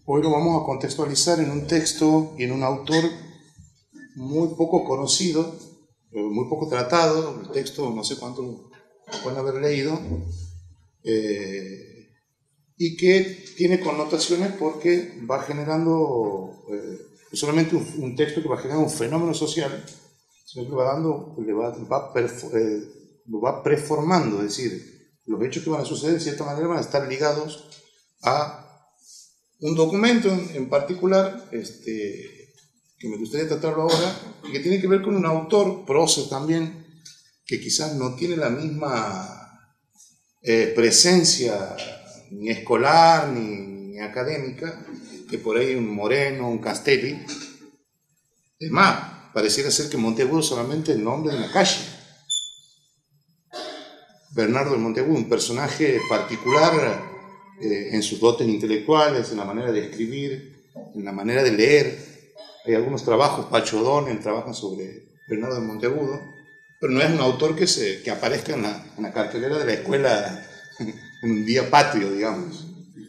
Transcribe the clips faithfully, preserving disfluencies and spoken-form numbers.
Hoy lo vamos a contextualizar en un texto y en un autor muy poco conocido, muy poco tratado. El texto no sé cuánto pueden haber leído, eh, y que tiene connotaciones porque va generando, eh, no solamente un, un texto que va generando un fenómeno social, sino que va dando, le va, va, perfo, eh, lo va preformando, es decir, los hechos que van a suceder de cierta manera van a estar ligados a un documento en, en particular, este, que me gustaría tratarlo ahora, y que tiene que ver con un autor, prócer también, que quizás no tiene la misma eh, presencia ni escolar ni, ni académica que por ahí un Moreno, un Castelli. Es más, pareciera ser que Monteagudo solamente es el nombre de una calle. Bernardo de Monteagudo, un personaje particular eh, en sus dotes intelectuales, en la manera de escribir, en la manera de leer. Hay algunos trabajos, Pacho O'Donnell trabaja sobre Bernardo de Monteagudo, pero no es un autor que, se, que aparezca en la, en la cartelera de la escuela en un día patrio, digamos.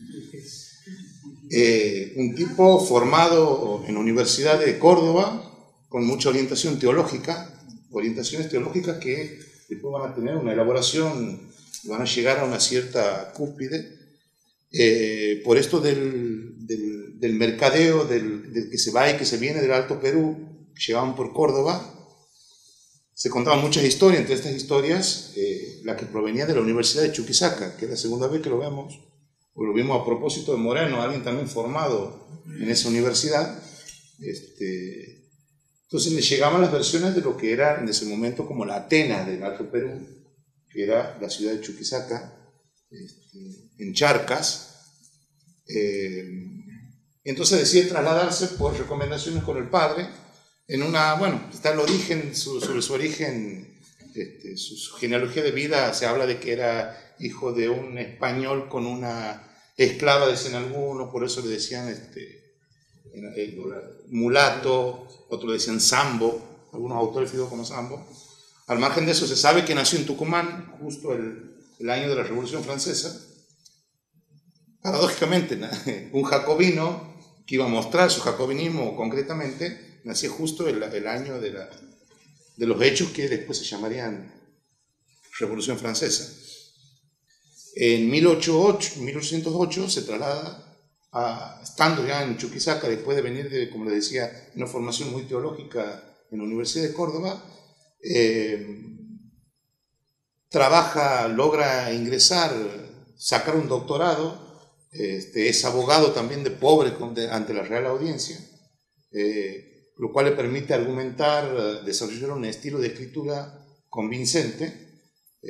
Eh, un tipo formado en la Universidad de Córdoba, con mucha orientación teológica, orientaciones teológicas que después van a tener una elaboración, van a llegar a una cierta cúspide, eh, por esto del, del, del mercadeo, del, del que se va y que se viene del Alto Perú, que llegaban por Córdoba. Se contaban muchas historias, entre estas historias, eh, la que provenía de la Universidad de Chuquisaca, que es la segunda vez que lo vemos, o lo vimos a propósito de Moreno, alguien también formado en esa universidad. Este, entonces le llegaban las versiones de lo que era en ese momento como la Atenas del Alto Perú, que era la ciudad de Chuquisaca, este, en Charcas. Eh, entonces decide trasladarse por recomendaciones con el padre, en una, bueno, está el origen, su, sobre su origen, este, su, su genealogía de vida, se habla de que era hijo de un español con una esclava, decían algunos, por eso le decían este, eh, mulato, otros le decían sambo, algunos autores fijos como sambo. Al margen de eso, se sabe que nació en Tucumán, justo el, el año de la Revolución Francesa. Paradójicamente, un jacobino que iba a mostrar su jacobinismo concretamente, nació justo el, el año de, la, de los hechos que después se llamarían Revolución Francesa. En mil ochocientos ocho se traslada, a, estando ya en Chuquisaca, después de venir, de, como les decía, una formación muy teológica en la Universidad de Córdoba, eh, trabaja, logra ingresar, sacar un doctorado, este, es abogado también de pobre ante la Real Audiencia, eh, lo cual le permite argumentar, desarrollar un estilo de escritura convincente,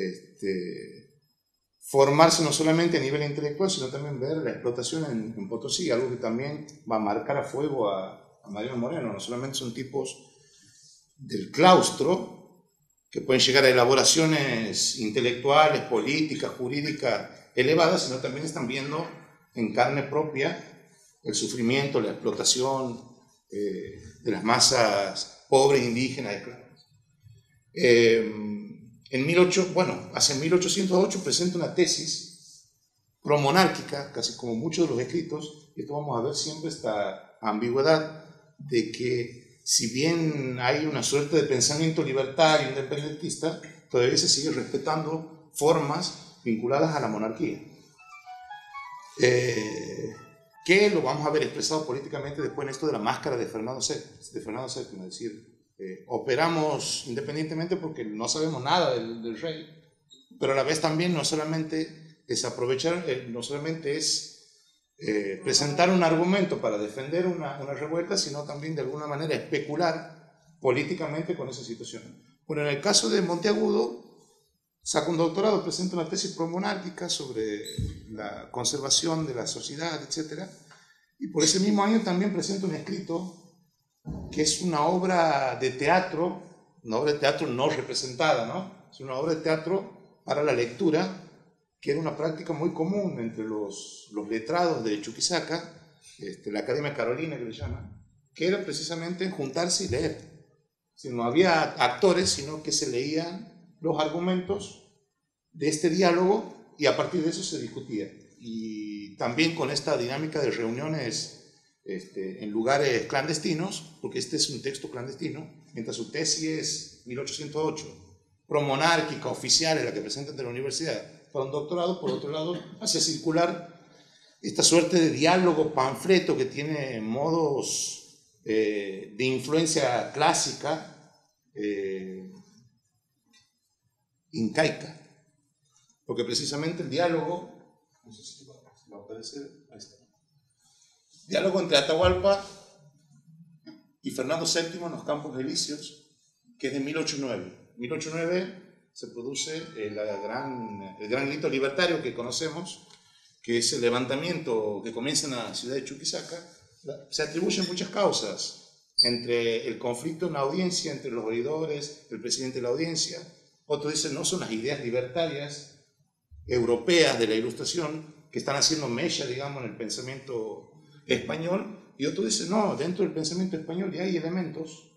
este, formarse no solamente a nivel intelectual, sino también ver la explotación en, en Potosí, algo que también va a marcar a fuego a, a Mariano Moreno. No solamente son tipos del claustro, que pueden llegar a elaboraciones intelectuales, políticas, jurídicas elevadas, sino también están viendo en carne propia el sufrimiento, la explotación eh, de las masas pobres, indígenas, esclavas. Eh, en mil ocho, bueno, hacia mil ochocientos ocho presenta una tesis promonárquica, casi como muchos de los escritos, y esto vamos a ver siempre esta ambigüedad de que si bien hay una suerte de pensamiento libertario, independentista, todavía se sigue respetando formas vinculadas a la monarquía. Eh, que lo vamos a ver expresado políticamente después en esto de la máscara de Fernando séptimo, de Fernando séptimo, es decir, eh, operamos independientemente porque no sabemos nada del, del rey, pero a la vez también no solamente es aprovechar, eh, no solamente es Eh, presentar un argumento para defender una, una revuelta, sino también de alguna manera especular políticamente con esa situación. Bueno, en el caso de Monteagudo, saca un doctorado, presenta una tesis promonárquica sobre la conservación de la sociedad, etcétera, y por ese mismo año también presenta un escrito que es una obra de teatro, una obra de teatro no representada, ¿no? Es una obra de teatro para la lectura, que era una práctica muy común entre los, los letrados de Chuquisaca, este, la Academia Carolina que le llaman, que era precisamente juntarse y leer. O sea, no había actores, sino que se leían los argumentos de este diálogo y a partir de eso se discutía. Y también con esta dinámica de reuniones este, en lugares clandestinos, porque este es un texto clandestino, mientras su tesis es mil ochocientos ocho, promonárquica, oficial, es la que presenta ante la universidad, para un doctorado. Por otro lado, hace circular esta suerte de diálogo, panfleto, que tiene modos eh, de influencia clásica, eh, incaica, porque precisamente el diálogo, no sé si va a aparecer, ahí está, diálogo entre Atahualpa y Fernando séptimo en los Campos Elíseos, que es de mil ochocientos nueve. mil ochocientos nueve se produce el gran, el gran grito libertario que conocemos, que es el levantamiento que comienza en la ciudad de Chuquisaca. Se atribuyen muchas causas, entre el conflicto en la audiencia, entre los oidores, el presidente de la audiencia. Otros dicen no son las ideas libertarias europeas de la Ilustración que están haciendo mella, digamos, en el pensamiento español, y otros dicen no, dentro del pensamiento español ya hay elementos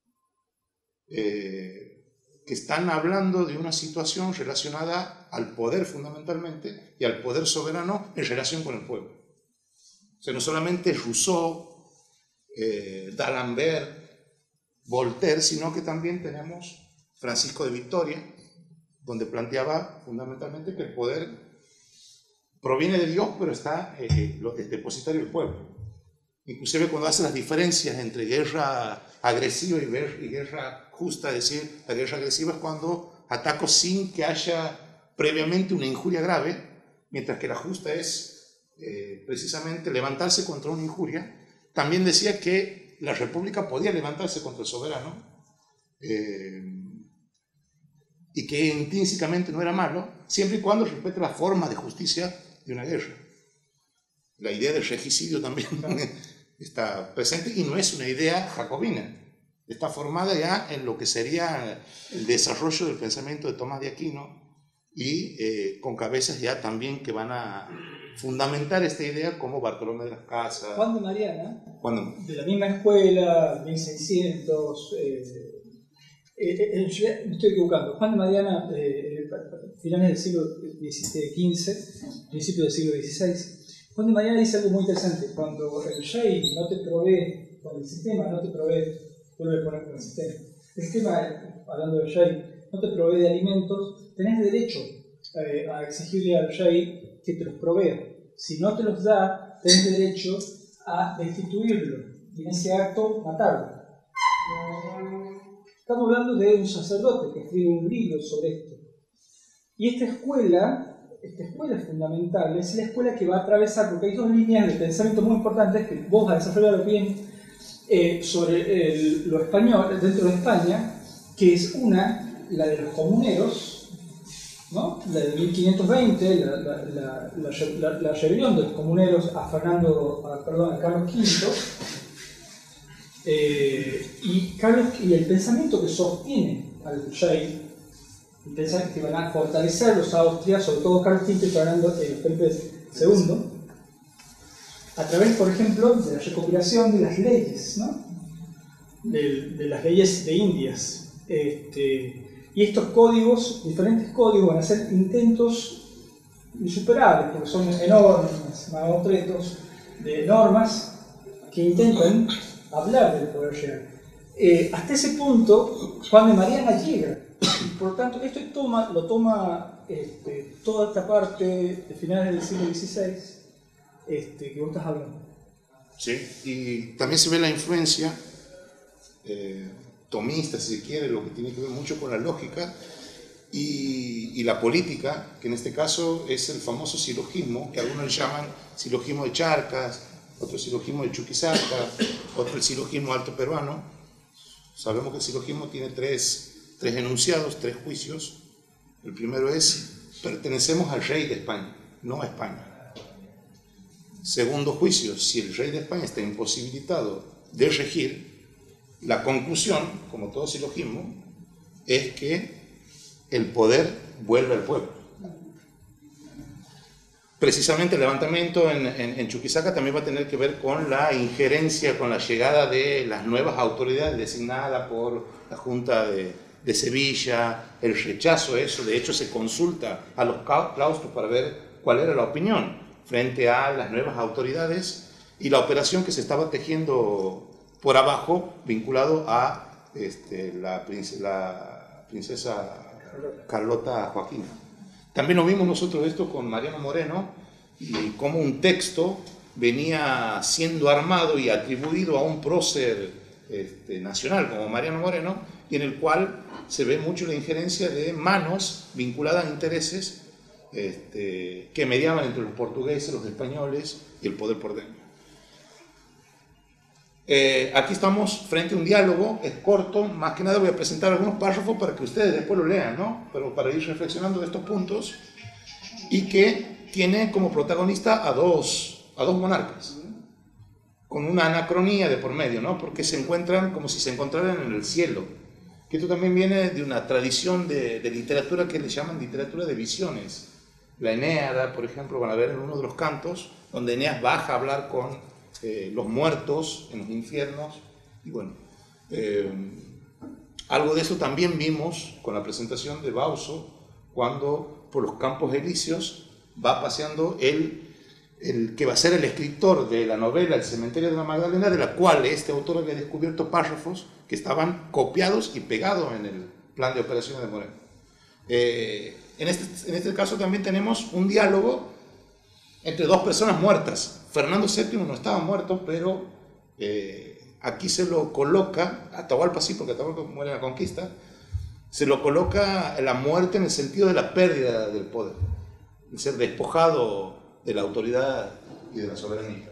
eh, que están hablando de una situación relacionada al poder fundamentalmente y al poder soberano en relación con el pueblo. O sea, no solamente Rousseau, eh, D'Alembert, Voltaire, sino que también tenemos Francisco de Victoria, donde planteaba fundamentalmente que el poder proviene de Dios, pero está eh, es depositario del pueblo. Inclusive cuando hace las diferencias entre guerra agresiva y guerra justa, es decir, la guerra agresiva es cuando ataco sin que haya previamente una injuria grave, mientras que la justa es eh, precisamente levantarse contra una injuria. También decía que la república podía levantarse contra el soberano, eh, y que intrínsecamente no era malo, siempre y cuando respete la forma de justicia de una guerra. La idea del regicidio también está presente y no es una idea jacobina. Está formada ya en lo que sería el desarrollo del pensamiento de Tomás de Aquino y eh, con cabezas ya también que van a fundamentar esta idea como Bartolomé de las Casas. Juan de Mariana, Juan de, de la misma escuela, mil seiscientos, eh, eh, eh, me estoy equivocando, Juan de Mariana, eh, finales del siglo quince, principios del siglo dieciséis, Juan de Mariana dice algo muy interesante: cuando el rey no te provee, cuando el sistema no te provee, vuelve a poner con el sistema, el sistema, hablando del rey, no te provee de alimentos, tenés derecho eh, a exigirle al rey que te los provea. Si no te los da, tenés derecho a destituirlo y en ese acto matarlo. Estamos hablando de un sacerdote que escribe un libro sobre esto. Y esta escuela, esta escuela fundamental, es la escuela que va a atravesar, porque hay dos líneas de pensamiento muy importantes que vos vas a desarrollar bien eh, sobre el, lo español, dentro de España, que es una, la de los comuneros, ¿no? La de mil quinientos veinte, la, la, la, la, la, la rebelión de los comuneros a Fernando, a, perdón, a Carlos quinto, eh, y, Carlos, y el pensamiento que sostiene al rey, el pensamiento que van a fortalecer los Austrias, sobre todo Carlos quinto y Fernando eh, Felipe segundo, a través, por ejemplo, de la recopilación de las leyes, ¿no? de, de las leyes de Indias. Este, y estos códigos, diferentes códigos, van a ser intentos insuperables, porque son enormes mamotretos de normas que intentan hablar del poder real. Eh, hasta ese punto, Juan de Mariana llega. Por lo tanto, esto toma, lo toma este, toda esta parte de finales del siglo dieciséis este, que vos estás hablando. Sí, y también se ve la influencia eh, tomista, si se quiere, lo que tiene que ver mucho con la lógica y, y la política, que en este caso es el famoso silogismo, que algunos le llaman silogismo de Charcas, otro silogismo de Chuquisaca, otro el silogismo alto peruano. Sabemos que el silogismo tiene tres, tres enunciados, tres juicios. El primero es: pertenecemos al rey de España, no a España. Segundo juicio: si el rey de España está imposibilitado de regir, la conclusión, como todo silogismo, es que el poder vuelve al pueblo. Precisamente el levantamiento en, en, en Chuquisaca también va a tener que ver con la injerencia, con la llegada de las nuevas autoridades designadas por la Junta de, de Sevilla, el rechazo a eso. De hecho, se consulta a los claustros para ver cuál era la opinión frente a las nuevas autoridades, y la operación que se estaba tejiendo por abajo vinculado a este, la, prince, la princesa Carlota Joaquina. También lo vimos nosotros esto con Mariano Moreno, y cómo un texto venía siendo armado y atribuido a un prócer este, nacional como Mariano Moreno, y en el cual se ve mucho la injerencia de manos vinculadas a intereses este, que mediaban entre los portugueses, los españoles y el poder porteño. Eh, aquí estamos frente a un diálogo, es corto, más que nada voy a presentar algunos párrafos para que ustedes después lo lean, ¿no? Pero para ir reflexionando de estos puntos, y que tiene como protagonista a dos, a dos monarcas, con una anacronía de por medio, ¿no? Porque se encuentran como si se encontraran en el cielo, que esto también viene de una tradición de, de literatura que le llaman literatura de visiones. La Eneada, por ejemplo, van a ver en uno de los cantos, donde Eneas baja a hablar con Eh, los muertos en los infiernos, y bueno, eh, algo de eso también vimos con la presentación de Bauso, cuando por los campos elíseos va paseando el, el que va a ser el escritor de la novela El cementerio de la Magdalena, de la cual este autor había descubierto párrafos que estaban copiados y pegados en el plan de operaciones de Moreno. Eh, en, este, en este caso también tenemos un diálogo entre dos personas muertas. Fernando séptimo no estaba muerto, pero eh, aquí se lo coloca, Atahualpa sí, porque Atahualpa muere en la conquista, se lo coloca la muerte en el sentido de la pérdida del poder, de ser despojado de la autoridad y de la soberanía.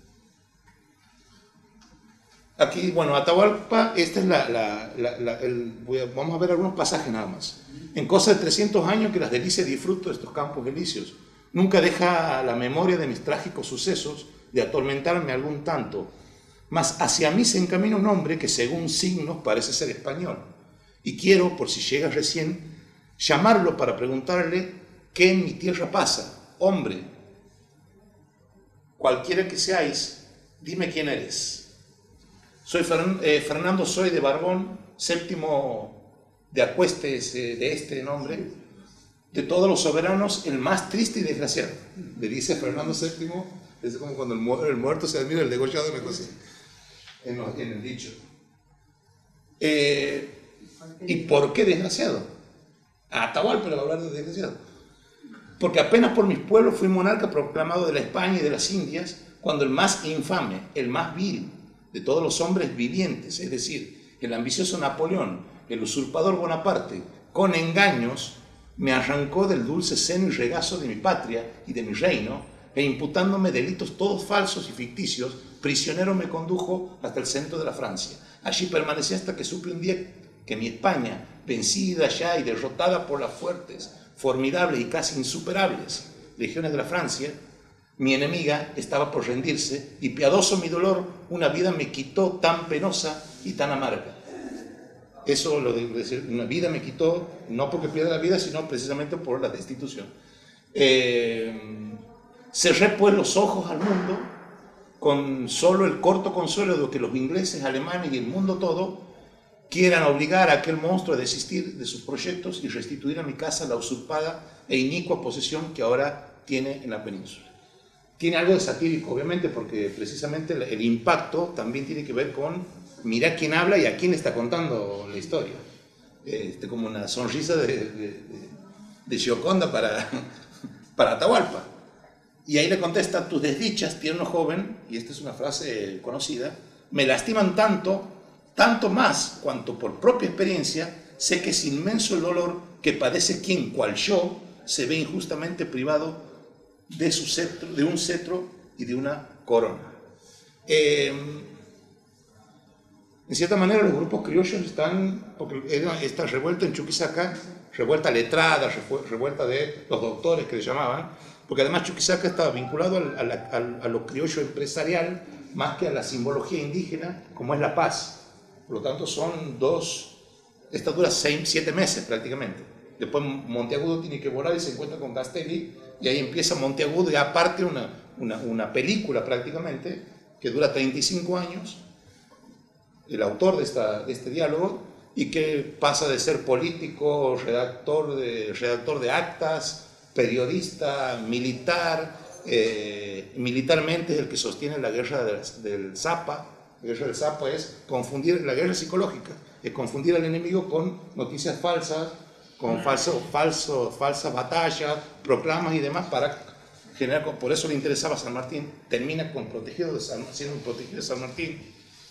Aquí, bueno, Atahualpa, esta es la, la, la, la el, voy a, vamos a ver algunos pasajes nada más. En cosa de trescientos años que las delicias disfruto de estos campos elíseos. Nunca deja la memoria de mis trágicos sucesos de atormentarme algún tanto, mas hacia mí se encamina un hombre que según signos parece ser español, y quiero, por si llega recién, llamarlo para preguntarle qué en mi tierra pasa. Hombre, cualquiera que seáis, dime quién eres. Soy Fern eh, Fernando soy de Barbón, séptimo de Acuestes eh, de este nombre, de todos los soberanos, el más triste y desgraciado. Le dice Fernando séptimo, es como cuando el, mu el muerto se admira, el degollado me cosa en, en el dicho. Eh, ¿Y por qué desgraciado? A Atahualpa le va a hablar de desgraciado. Porque apenas por mis pueblos fui monarca proclamado de la España y de las Indias, cuando el más infame, el más vil de todos los hombres vivientes, es decir, el ambicioso Napoleón, el usurpador Bonaparte, con engaños, me arrancó del dulce seno y regazo de mi patria y de mi reino, e imputándome delitos todos falsos y ficticios, prisionero me condujo hasta el centro de la Francia. Allí permanecí hasta que supe un día que mi España, vencida ya y derrotada por las fuertes, formidables y casi insuperables legiones de la Francia, mi enemiga estaba por rendirse, y piadoso mi dolor, una vida me quitó tan penosa y tan amarga. Eso lo de decir, una vida me quitó, no porque pierda la vida, sino precisamente por la destitución. Eh, cerré pues los ojos al mundo con solo el corto consuelo de que los ingleses, alemanes y el mundo todo quieran obligar a aquel monstruo a desistir de sus proyectos y restituir a mi casa la usurpada e inicua posesión que ahora tiene en la península. Tiene algo de satírico, obviamente, porque precisamente el impacto también tiene que ver con mirá quién habla y a quién está contando la historia. Este, como una sonrisa de, de, de, de Gioconda para, para Atahualpa. Y ahí le contesta: tus desdichas, tierno joven, y esta es una frase conocida, me lastiman tanto, tanto más cuanto por propia experiencia sé que es inmenso el dolor que padece quien, cual yo, se ve injustamente privado de, su cetro, de un cetro y de una corona. Eh, En cierta manera los grupos criollos están, porque esta revuelta en Chuquisaca, revuelta letrada, revuelta de los doctores que le llamaban, porque además Chuquisaca estaba vinculado al, a, la, a, a lo criollo empresarial más que a la simbología indígena, como es la paz. Por lo tanto son dos, esta dura seis, siete meses prácticamente. Después Monteagudo tiene que volar y se encuentra con Castelli, y ahí empieza Monteagudo, y aparte una, una, una película prácticamente, que dura treinta y cinco años, el autor de, esta, de este diálogo, y que pasa de ser político, redactor de, redactor de actas, periodista, militar, eh, militarmente es el que sostiene la guerra del, del Zapa. La guerra del Zapa es confundir, la guerra psicológica, es confundir al enemigo con noticias falsas, con falso, falso, falsas batallas, proclamas y demás para generar, por eso le interesaba a San Martín, termina con protegido de San, siendo un protegido de San Martín,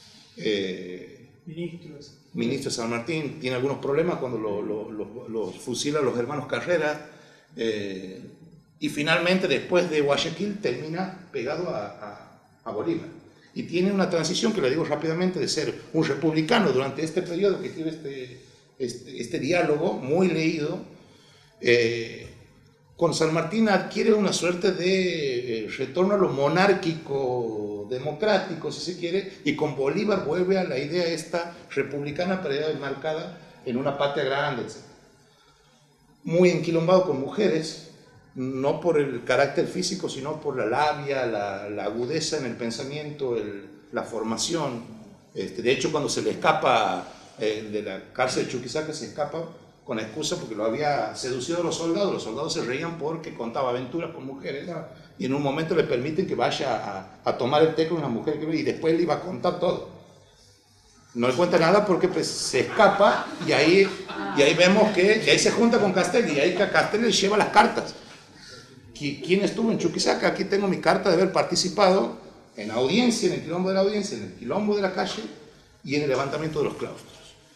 eh, Ministros. ministro de San Martín, tiene algunos problemas cuando lo, lo, lo, lo fusilan los hermanos Carrera, eh, y finalmente después de Guayaquil termina pegado a, a, a Bolívar. Y tiene una transición, que le digo rápidamente, de ser un republicano durante este periodo que tiene este, este, este diálogo muy leído, eh, con San Martín adquiere una suerte de eh, retorno a lo monárquico, democrático, si se quiere, y con Bolívar vuelve a la idea esta republicana, pero ya enmarcada en una patria grande, etcétera. Muy enquilombado con mujeres, no por el carácter físico, sino por la labia, la, la agudeza en el pensamiento, el, la formación. Este, de hecho, cuando se le escapa eh, de la cárcel de Chuquisaca, se escapa con excusa porque lo había seducido a los soldados. Los soldados se reían porque contaba aventuras con mujeres, y en un momento le permiten que vaya a, a tomar el té con una mujer que ve, y después le iba a contar todo. No le cuenta nada porque pues, se escapa, y ahí, y ahí vemos que y ahí se junta con Castelli, y ahí Castelli le lleva las cartas. ¿Quién estuvo en Chuquisaca? Aquí tengo mi carta de haber participado en audiencia, en el quilombo de la audiencia, en el quilombo de la calle y en el levantamiento de los claustros.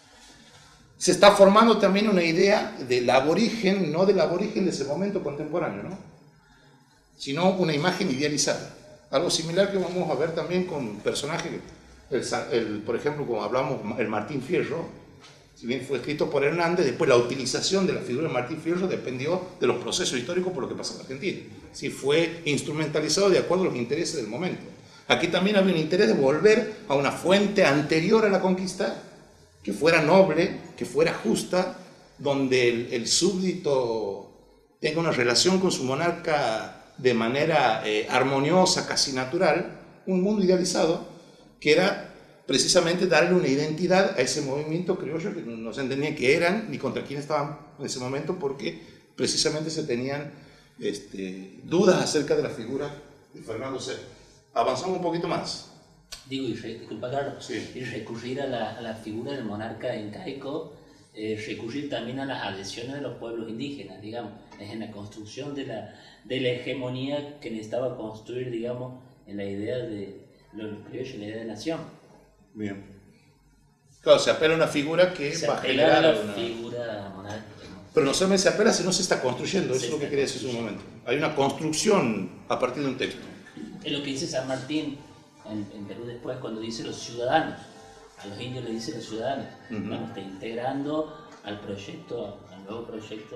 Se está formando también una idea del aborigen, no del aborigen de ese momento contemporáneo, ¿no? Sino una imagen idealizada. Algo similar que vamos a ver también con personajes, el, el, por ejemplo, como hablamos, el Martín Fierro. Si bien fue escrito por Hernández, después la utilización de la figura de Martín Fierro dependió de los procesos históricos por lo que pasó en Argentina. Si fue instrumentalizado de acuerdo a los intereses del momento. Aquí también había un interés de volver a una fuente anterior a la conquista, que fuera noble, que fuera justa, donde el, el súbdito tenga una relación con su monarca de manera eh, armoniosa, casi natural, un mundo idealizado, que era precisamente darle una identidad a ese movimiento criollo que no se entendía qué eran ni contra quién estaban en ese momento, porque precisamente se tenían este, dudas acerca de la figura de Fernando séptimo. Avanzamos un poquito más. Digo, y re, disculpa, Carlos, sí. y recurrir a la, a la figura del monarca incaico, eh, recurrir también a las adhesiones de los pueblos indígenas, digamos, es en la construcción de la, de la hegemonía que necesitaba construir, digamos, en la idea de los criollos, en la idea de nación. Bien. Claro, se apela a una figura que se va a generar a la una... figura monárquica, ¿no? Pero no solamente se apela, sino se está construyendo, eso es lo que quería decir hace un momento. Hay una construcción a partir de un texto. Es lo que dice San Martín en, en Perú después, cuando dice los ciudadanos. A los indios le dice los ciudadanos. Uh-huh. Digamos, está integrando al proyecto, al nuevo proyecto.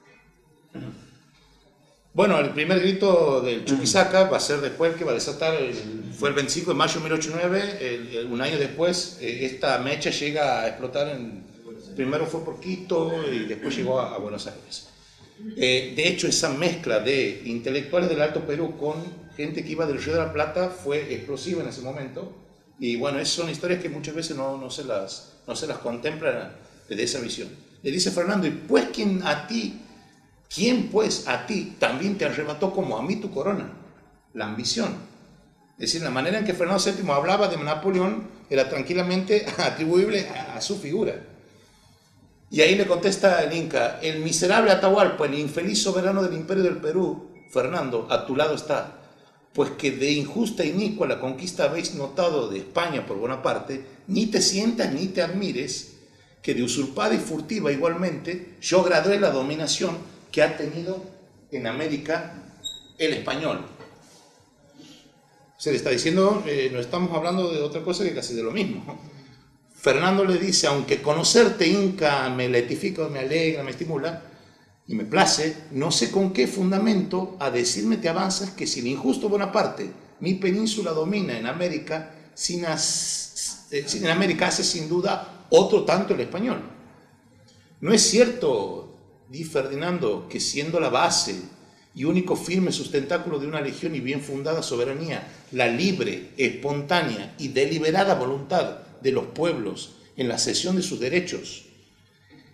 Bueno, el primer grito del Chuquisaca va a ser después que va a desatar, el, fue el veinticinco de mayo de mil ochocientos nueve, el, el, un año después, eh, esta mecha llega a explotar, en, primero fue por Quito y después llegó a, a Buenos Aires. Eh, de hecho, esa mezcla de intelectuales del Alto Perú con gente que iba del Río de la Plata fue explosiva en ese momento, y bueno, esas son historias que muchas veces no, no, se, las, no se las contempla desde esa visión. Le dice Fernando, y pues quien a ti... ¿Quién pues a ti también te arrebató como a mí tu corona? La ambición. Es decir, la manera en que Fernando séptimo hablaba de Napoleón era tranquilamente atribuible a, a su figura. Y ahí le contesta el Inca, el miserable Atahualpa, el infeliz soberano del imperio del Perú, Fernando, a tu lado está, pues que de injusta e inicua la conquista habéis notado de España por Bonaparte, ni te sientas ni te admires, que de usurpada y furtiva igualmente, yo gradué la dominación que ha tenido en América el español. Se le está diciendo, eh, no estamos hablando de otra cosa que casi de lo mismo. Fernando le dice, aunque conocerte, Inca, me letifica, me alegra, me estimula, y me place, no sé con qué fundamento a decirme te avanzas que si el injusto Bonaparte mi península domina en América, sin as, eh, en América hace sin duda otro tanto el español. No es cierto, Di Ferdinando, que siendo la base y único firme sustentáculo de una legión y bien fundada soberanía, la libre, espontánea y deliberada voluntad de los pueblos en la cesión de sus derechos,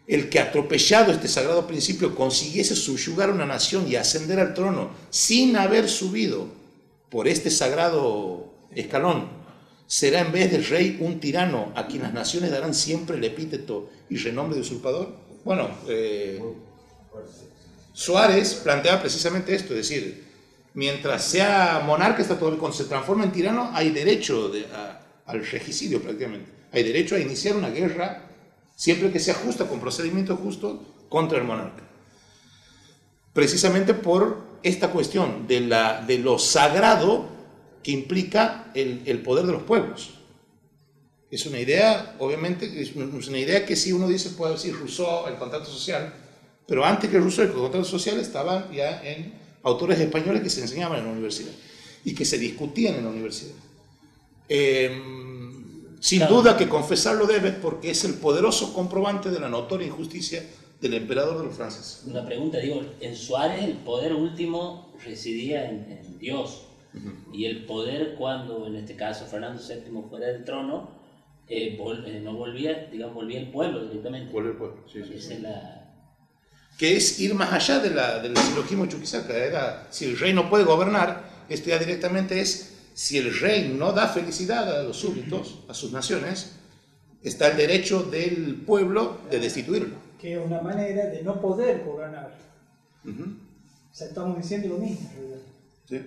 el que atropellado este sagrado principio consiguiese subyugar a una nación y ascender al trono sin haber subido por este sagrado escalón, será en vez del rey un tirano a quien las naciones darán siempre el epíteto y renombre de usurpador. Bueno, eh, Suárez plantea precisamente esto, es decir, mientras sea monarca, está todo, cuando se transforma en tirano, hay derecho de, a, al regicidio prácticamente, hay derecho a iniciar una guerra siempre que sea justa, con procedimiento justo, contra el monarca. Precisamente por esta cuestión de, la, de lo sagrado que implica el, el poder de los pueblos. Es una idea, obviamente, es una idea que si uno dice, puede decir Rousseau, el contrato social, pero antes que Rousseau, el contrato social, estaban ya en autores españoles que se enseñaban en la universidad y que se discutían en la universidad. Eh, Sin claro. duda que confesarlo debes porque es el poderoso comprobante de la notoria injusticia del emperador de los franceses. Una pregunta, digo, en Suárez el poder último residía en, en Dios, uh-huh. y el poder cuando, en este caso, Fernando séptimo fuera del trono, eh, vol, eh, no volvía, digamos, volvía el pueblo directamente. Volvía el pueblo, sí, sí. Esa sí. Es la... Que es ir más allá de la, del silogismo Chuquisaca. Era, si el rey no puede gobernar, esto ya directamente es... Si el rey no da felicidad a los súbditos, a sus naciones, está el derecho del pueblo de destituirlo. Que es una manera de no poder gobernar. Uh-huh. O sea, estamos diciendo lo mismo. Sí.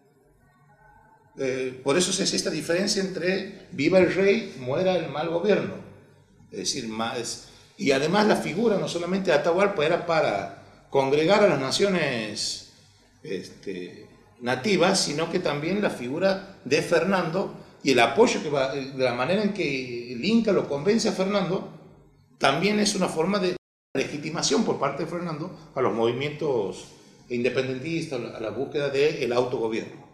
Eh, por eso se hace esta diferencia entre viva el rey, muera el mal gobierno. Es decir, más, y además la figura no solamente de Atahualpa era para congregar a las naciones este, nativas, sino que también la figura de Fernando y el apoyo que va, de la manera en que el Inca lo convence a Fernando, también es una forma de legitimación por parte de Fernando a los movimientos independentistas, a la búsqueda del autogobierno.